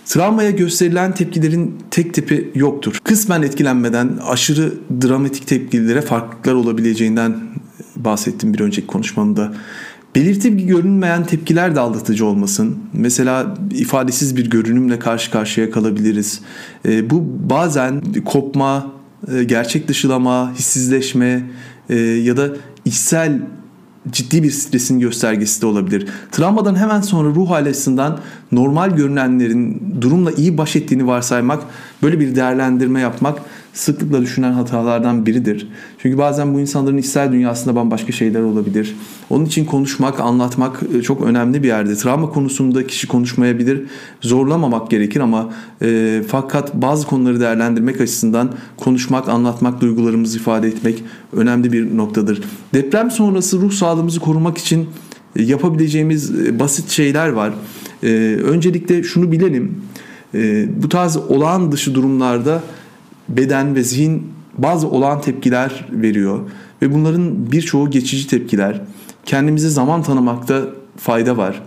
Travmaya gösterilen tepkilerin tek tipi yoktur. Kısmen etkilenmeden aşırı dramatik tepkilere farklılıklar olabileceğinden bahsettim bir önceki konuşmamda. Belirti görünmeyen tepkiler de aldatıcı olmasın. Mesela ifadesiz bir görünümle karşı karşıya kalabiliriz. Bu bazen kopma, gerçek dışılama, hissizleşme ya da içsel ciddi bir stresin göstergesi de olabilir. Travmadan hemen sonra ruh hali açısından normal görünenlerin durumla iyi baş ettiğini varsaymak, böyle bir değerlendirme yapmak sıklıkla düşünülen hatalardan biridir. Çünkü bazen bu insanların içsel dünyasında bambaşka şeyler olabilir. Onun için konuşmak, anlatmak çok önemli bir yerde. Travma konusunda kişi konuşmayabilir, zorlamamak gerekir ama fakat bazı konuları değerlendirmek açısından konuşmak, anlatmak, duygularımızı ifade etmek önemli bir noktadır. Deprem sonrası ruh sağlığımızı korumak için yapabileceğimiz basit şeyler var. Öncelikle şunu bilelim, bu tarz olağan dışı durumlarda beden ve zihin bazı olağan tepkiler veriyor ve bunların birçoğu geçici tepkiler. Kendimize zaman tanımakta fayda var.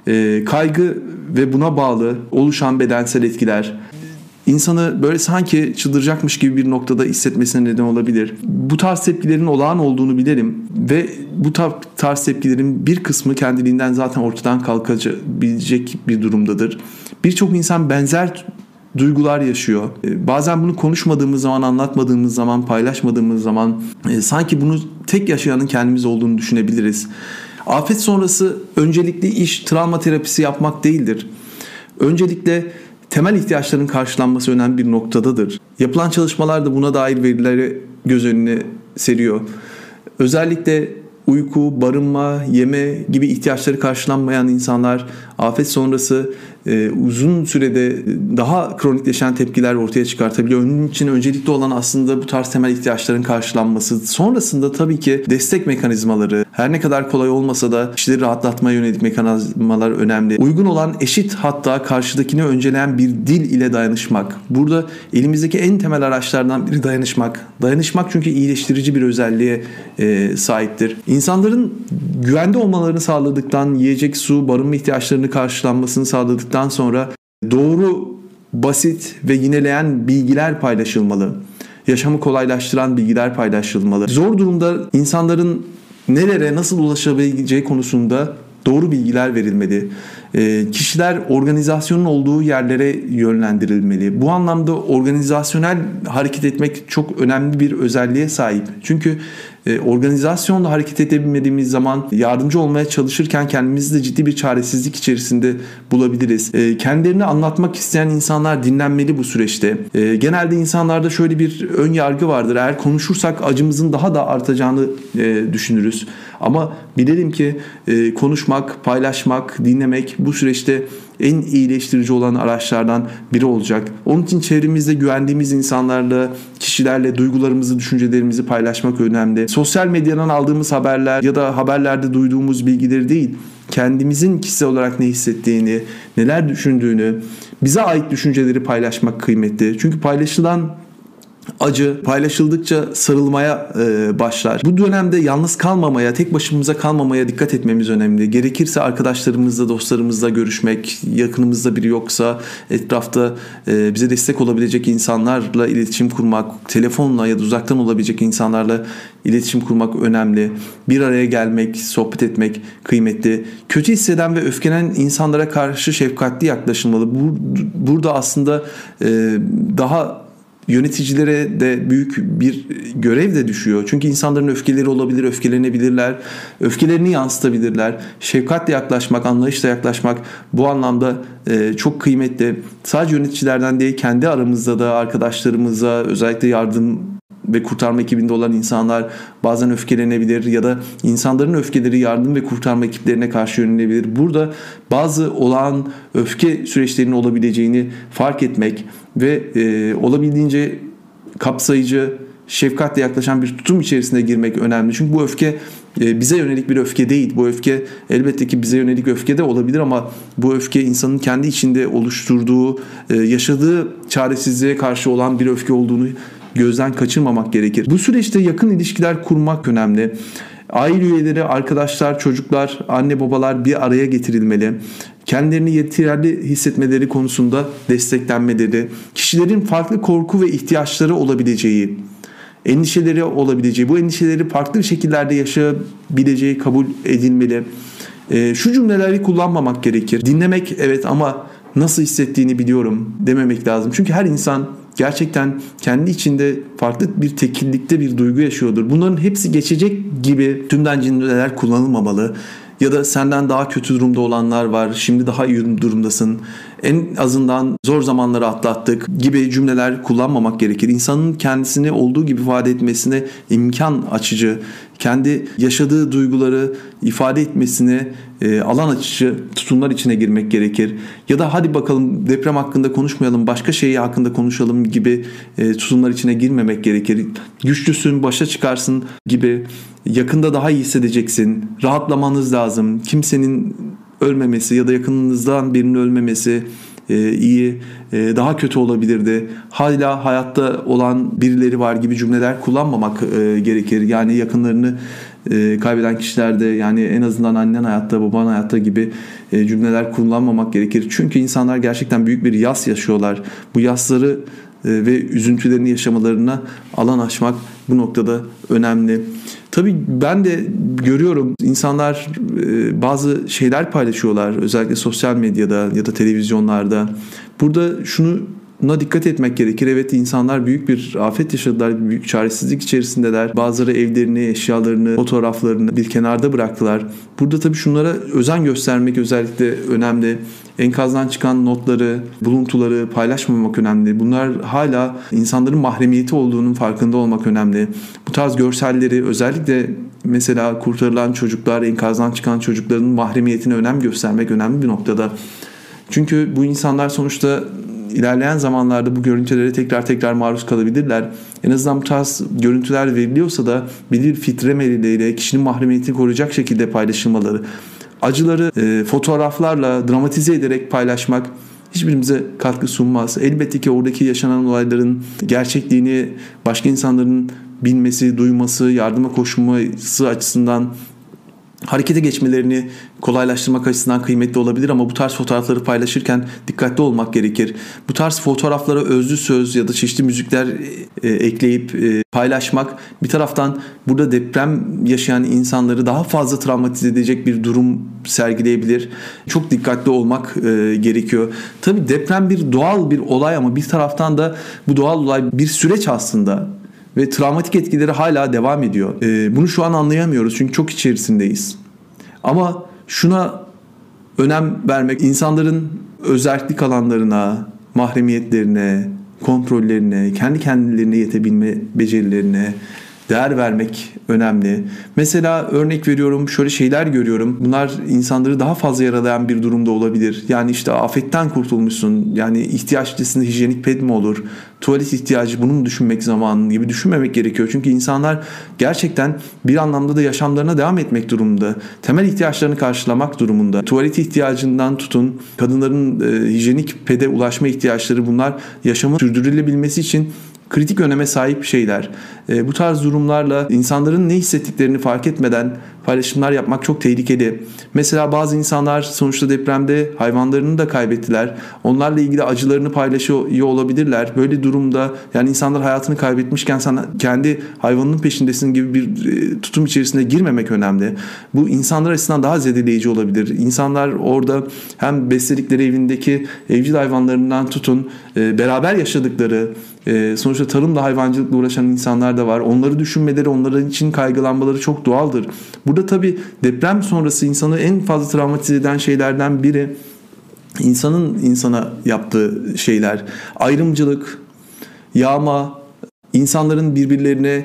Kaygı ve buna bağlı oluşan bedensel etkiler insanı böyle sanki çıldıracakmış gibi bir noktada hissetmesine neden olabilir. Bu tarz tepkilerin olağan olduğunu bilelim ve bu tarz tepkilerin bir kısmı kendiliğinden zaten ortadan kalkabilecek bir durumdadır. Birçok insan benzer duygular yaşıyor. Bazen bunu konuşmadığımız zaman, anlatmadığımız zaman, paylaşmadığımız zaman sanki bunu tek yaşayanın kendimiz olduğunu düşünebiliriz. Afet sonrası öncelikli iş travma terapisi yapmak değildir. Öncelikle temel ihtiyaçların karşılanması önemli bir noktadadır. Yapılan çalışmalar da buna dair verileri göz önüne seriyor. Özellikle uyku, barınma, yeme gibi ihtiyaçları karşılanmayan insanlar afet sonrası uzun sürede daha kronikleşen tepkiler ortaya çıkartabiliyor. Onun için öncelikli olan aslında bu tarz temel ihtiyaçların karşılanması. Sonrasında tabii ki destek mekanizmaları, her ne kadar kolay olmasa da kişileri rahatlatmaya yönelik mekanizmalar önemli. Uygun olan eşit, hatta karşıdakini önceleyen bir dil ile dayanışmak. Burada elimizdeki en temel araçlardan biri dayanışmak. Dayanışmak çünkü iyileştirici bir özelliğe sahiptir. İnsanların güvende olmalarını sağladıktan, yiyecek, su, barınma ihtiyaçlarını karşılanmasını sağladıktan sonra doğru, basit ve yineleyen bilgiler paylaşılmalı. Yaşamı kolaylaştıran bilgiler paylaşılmalı. Zor durumda insanların nelere nasıl ulaşabileceği konusunda doğru bilgiler verilmeli. Kişiler organizasyonun olduğu yerlere yönlendirilmeli. Bu anlamda organizasyonel hareket etmek çok önemli bir özelliğe sahip. Çünkü organizasyonla hareket edebilmediğimiz zaman yardımcı olmaya çalışırken kendimizi de ciddi bir çaresizlik içerisinde bulabiliriz. Kendilerini anlatmak isteyen insanlar dinlenmeli bu süreçte. Genelde insanlarda şöyle bir ön yargı vardır. Eğer konuşursak acımızın daha da artacağını düşünürüz. Ama bilelim ki konuşmak, paylaşmak, dinlemek bu süreçte en iyileştirici olan araçlardan biri olacak. Onun için çevremizde güvendiğimiz insanlarla, kişilerle duygularımızı, düşüncelerimizi paylaşmak önemli. Sosyal medyadan aldığımız haberler ya da haberlerde duyduğumuz bilgileri değil, kendimizin kişisel olarak ne hissettiğini, neler düşündüğünü, bize ait düşünceleri paylaşmak kıymetli. Çünkü paylaşılan acı paylaşıldıkça sarılmaya başlar. Bu dönemde yalnız kalmamaya, tek başımıza kalmamaya dikkat etmemiz önemli. Gerekirse arkadaşlarımızla, dostlarımızla görüşmek, yakınımızda biri yoksa etrafta bize destek olabilecek insanlarla iletişim kurmak, telefonla ya da uzaktan olabilecek insanlarla iletişim kurmak önemli. Bir araya gelmek, sohbet etmek kıymetli. Kötü hisseden ve öfkelenen insanlara karşı şefkatli yaklaşılmalı. Burada aslında daha yöneticilere de büyük bir görev de düşüyor. Çünkü insanların öfkeleri olabilir, öfkelenebilirler, öfkelerini yansıtabilirler. Şefkatle yaklaşmak, anlayışla yaklaşmak bu anlamda çok kıymetli. Sadece yöneticilerden değil, kendi aramızda da arkadaşlarımıza, özellikle yardım ve kurtarma ekibinde olan insanlar bazen öfkelenebilir ya da insanların öfkeleri yardım ve kurtarma ekiplerine karşı yönelebilir. Burada bazı olağan öfke süreçlerinin olabileceğini fark etmek ve olabildiğince kapsayıcı, şefkatle yaklaşan bir tutum içerisine girmek önemli. Çünkü bu öfke bize yönelik bir öfke değil. Bu öfke elbette ki bize yönelik öfke de olabilir ama bu öfke insanın kendi içinde oluşturduğu, yaşadığı çaresizliğe karşı olan bir öfke olduğunu gözden kaçırmamak gerekir. Bu süreçte yakın ilişkiler kurmak önemli. Aile üyeleri, arkadaşlar, çocuklar, anne babalar bir araya getirilmeli. Kendilerini yeterli hissetmeleri konusunda desteklenmeleri, kişilerin farklı korku ve ihtiyaçları olabileceği, endişeleri olabileceği, bu endişeleri farklı şekillerde yaşayabileceği kabul edilmeli. Şu cümleleri kullanmamak gerekir. Dinlemek evet ama nasıl hissettiğini biliyorum dememek lazım. Çünkü her insan gerçekten kendi içinde farklı bir tekillikte bir duygu yaşıyordur. Bunların hepsi geçecek gibi tümden cümleler kullanılmamalı. Ya da senden daha kötü durumda olanlar var, şimdi daha iyi durumdasın, en azından zor zamanları atlattık gibi cümleler kullanmamak gerekir. İnsanın kendisini olduğu gibi ifade etmesine imkan açıcı, kendi yaşadığı duyguları ifade etmesine alan açıcı tutumlar içine girmek gerekir. Ya da hadi bakalım deprem hakkında konuşmayalım, başka şey hakkında konuşalım gibi tutumlar içine girmemek gerekir. Güçlüsün, başa çıkarsın gibi, yakında daha iyi hissedeceksin, rahatlamanız lazım, kimsenin ölmemesi ya da yakınınızdan birinin ölmemesi iyi, daha kötü olabilirdi. Hala hayatta olan birileri var gibi cümleler kullanmamak gerekir. Yani yakınlarını kaybeden kişilerde, yani en azından annen hayatta, baban hayatta gibi cümleler kullanmamak gerekir. Çünkü insanlar gerçekten büyük bir yas yaşıyorlar. Bu yasları ve üzüntülerini yaşamalarına alan açmak bu noktada önemli. Tabii ben de görüyorum, insanlar bazı şeyler paylaşıyorlar, özellikle sosyal medyada ya da televizyonlarda. Burada şuna dikkat etmek gerekir. Evet, insanlar büyük bir afet yaşadılar, büyük çaresizlik içerisindeler. Bazıları evlerini, eşyalarını, fotoğraflarını bir kenarda bıraktılar. Burada tabii şunlara özen göstermek özellikle önemli. Enkazdan çıkan notları, buluntuları paylaşmamak önemli. Bunlar hala insanların mahremiyeti olduğunun farkında olmak önemli. Bu tarz görselleri özellikle mesela kurtarılan çocuklar, enkazdan çıkan çocukların mahremiyetine önem göstermek önemli bir noktada. Çünkü bu insanlar sonuçta ilerleyen zamanlarda bu görüntülere tekrar maruz kalabilirler. En azından bu tarz görüntüler veriliyorsa da bilir filtremeleriyle kişinin mahremiyetini koruyacak şekilde paylaşılmaları. Acıları fotoğraflarla dramatize ederek paylaşmak hiçbirimize katkı sunmaz. Elbette ki oradaki yaşanan olayların gerçekliğini başka insanların bilmesi, duyması, yardıma koşması açısından, harekete geçmelerini kolaylaştırmak açısından kıymetli olabilir ama bu tarz fotoğrafları paylaşırken dikkatli olmak gerekir. Bu tarz fotoğraflara özlü söz ya da çeşitli müzikler ekleyip paylaşmak bir taraftan burada deprem yaşayan insanları daha fazla travmatize edecek bir durum sergileyebilir. Çok dikkatli olmak gerekiyor. Tabii deprem bir doğal bir olay ama bir taraftan da bu doğal olay bir süreç aslında. Ve travmatik etkileri hala devam ediyor. Bunu şu an anlayamıyoruz çünkü çok içerisindeyiz. Ama şuna önem vermek, insanların özellik alanlarına, mahremiyetlerine, kontrollerine, kendi kendilerine yetebilme becerilerine değer vermek önemli. Mesela örnek veriyorum, şöyle şeyler görüyorum. Bunlar insanları daha fazla yaralayan bir durumda olabilir. Yani işte afetten kurtulmuşsun. Yani ihtiyaç listesinde hijyenik ped mi olur? Tuvalet ihtiyacı, bunu mu düşünmek zamanı gibi düşünmemek gerekiyor. Çünkü insanlar gerçekten bir anlamda da yaşamlarına devam etmek durumunda. Temel ihtiyaçlarını karşılamak durumunda. Tuvalet ihtiyacından tutun, kadınların hijyenik pede ulaşma ihtiyaçları, bunlar yaşamın sürdürülebilmesi için kritik öneme sahip şeyler. Bu tarz durumlarla insanların ne hissettiklerini fark etmeden paylaşımlar yapmak çok tehlikeli. Mesela bazı insanlar sonuçta depremde hayvanlarını da kaybettiler. Onlarla ilgili acılarını paylaşıyor olabilirler. Böyle durumda yani insanlar hayatını kaybetmişken sen kendi hayvanının peşindesin gibi bir tutum içerisine girmemek önemli. Bu insanlar açısından daha zedeleyici olabilir. İnsanlar orada hem besledikleri evindeki evcil hayvanlarından tutun, beraber yaşadıkları, sonuçta tarımla, hayvancılıkla uğraşan insanlar da var. Onları düşünmeleri, onların için kaygılanmaları çok doğaldır. Burada tabii deprem sonrası insanı en fazla travmatize eden şeylerden biri insanın insana yaptığı şeyler. Ayrımcılık, yağma, insanların birbirlerine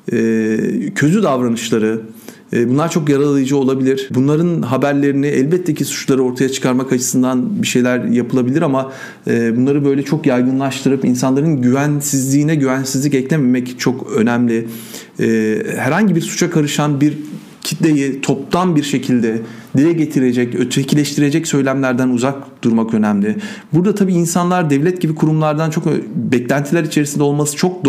kötü davranışları. Bunlar çok yaralayıcı olabilir. Bunların haberlerini, elbette ki suçları ortaya çıkarmak açısından bir şeyler yapılabilir ama bunları böyle çok yaygınlaştırıp insanların güvensizlik eklememek çok önemli. Herhangi bir suça karışan bir kitleyi toptan bir şekilde dile getirecek, ötekileştirecek söylemlerden uzak durmak önemli. Burada tabii insanlar devlet gibi kurumlardan çok beklentiler içerisinde olması çok doğal.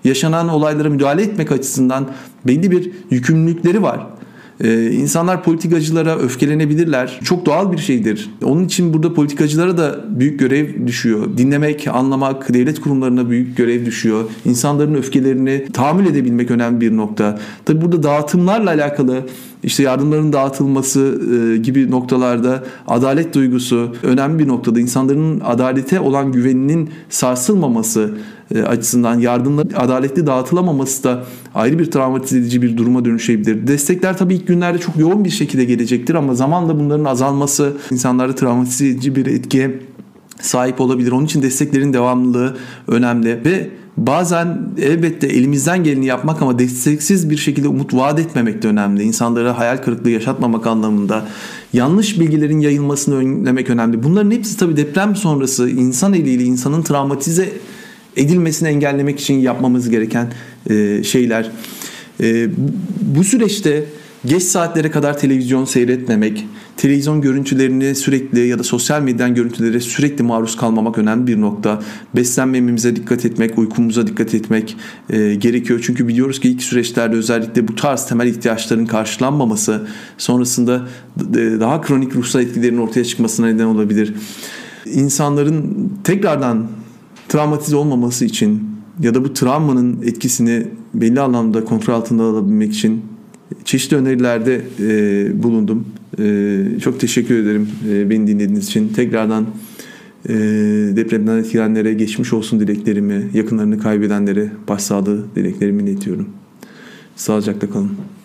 yaşanan olaylara müdahale etmek açısından belli bir yükümlülükleri var. İnsanlar politikacılara öfkelenebilirler. Çok doğal bir şeydir. Onun için burada politikacılara da büyük görev düşüyor. Dinlemek, anlamak, devlet kurumlarına büyük görev düşüyor. İnsanların öfkelerini tahammül edebilmek önemli bir nokta. Tabii burada dağıtımlarla alakalı işte yardımların dağıtılması gibi noktalarda adalet duygusu önemli bir noktada. İnsanların adalete olan güveninin sarsılmaması açısından yardımların adaletli dağıtılamaması da ayrı bir travmatize edici bir duruma dönüşebilir. Destekler tabii ilk günlerde çok yoğun bir şekilde gelecektir ama zamanla bunların azalması insanlarda travmatize edici bir etkiye sahip olabilir. Onun için desteklerin devamlılığı önemli ve bazen elbette elimizden geleni yapmak ama desteksiz bir şekilde umut vaat etmemek de önemli. İnsanlara hayal kırıklığı yaşatmamak anlamında yanlış bilgilerin yayılmasını önlemek önemli. Bunların hepsi tabii deprem sonrası insan eliyle insanın travmatize edilmesini engellemek için yapmamız gereken şeyler. Bu süreçte geç saatlere kadar televizyon seyretmemek, televizyon görüntülerini sürekli ya da sosyal medyadan görüntülere sürekli maruz kalmamak önemli bir nokta. Beslenmemize dikkat etmek, uykumuza dikkat etmek gerekiyor. Çünkü biliyoruz ki ilk süreçlerde özellikle bu tarz temel ihtiyaçların karşılanmaması sonrasında daha kronik ruhsal etkilerin ortaya çıkmasına neden olabilir. İnsanların tekrardan travmatize olmaması için ya da bu travmanın etkisini belli anlamda kontrol altında alabilmek için çeşitli önerilerde bulundum. Çok teşekkür ederim beni dinlediğiniz için. Tekrardan depremden etkilenenlere geçmiş olsun dileklerimi, yakınlarını kaybedenlere başsağlığı dileklerimi iletiyorum. Sağlıcakla kalın.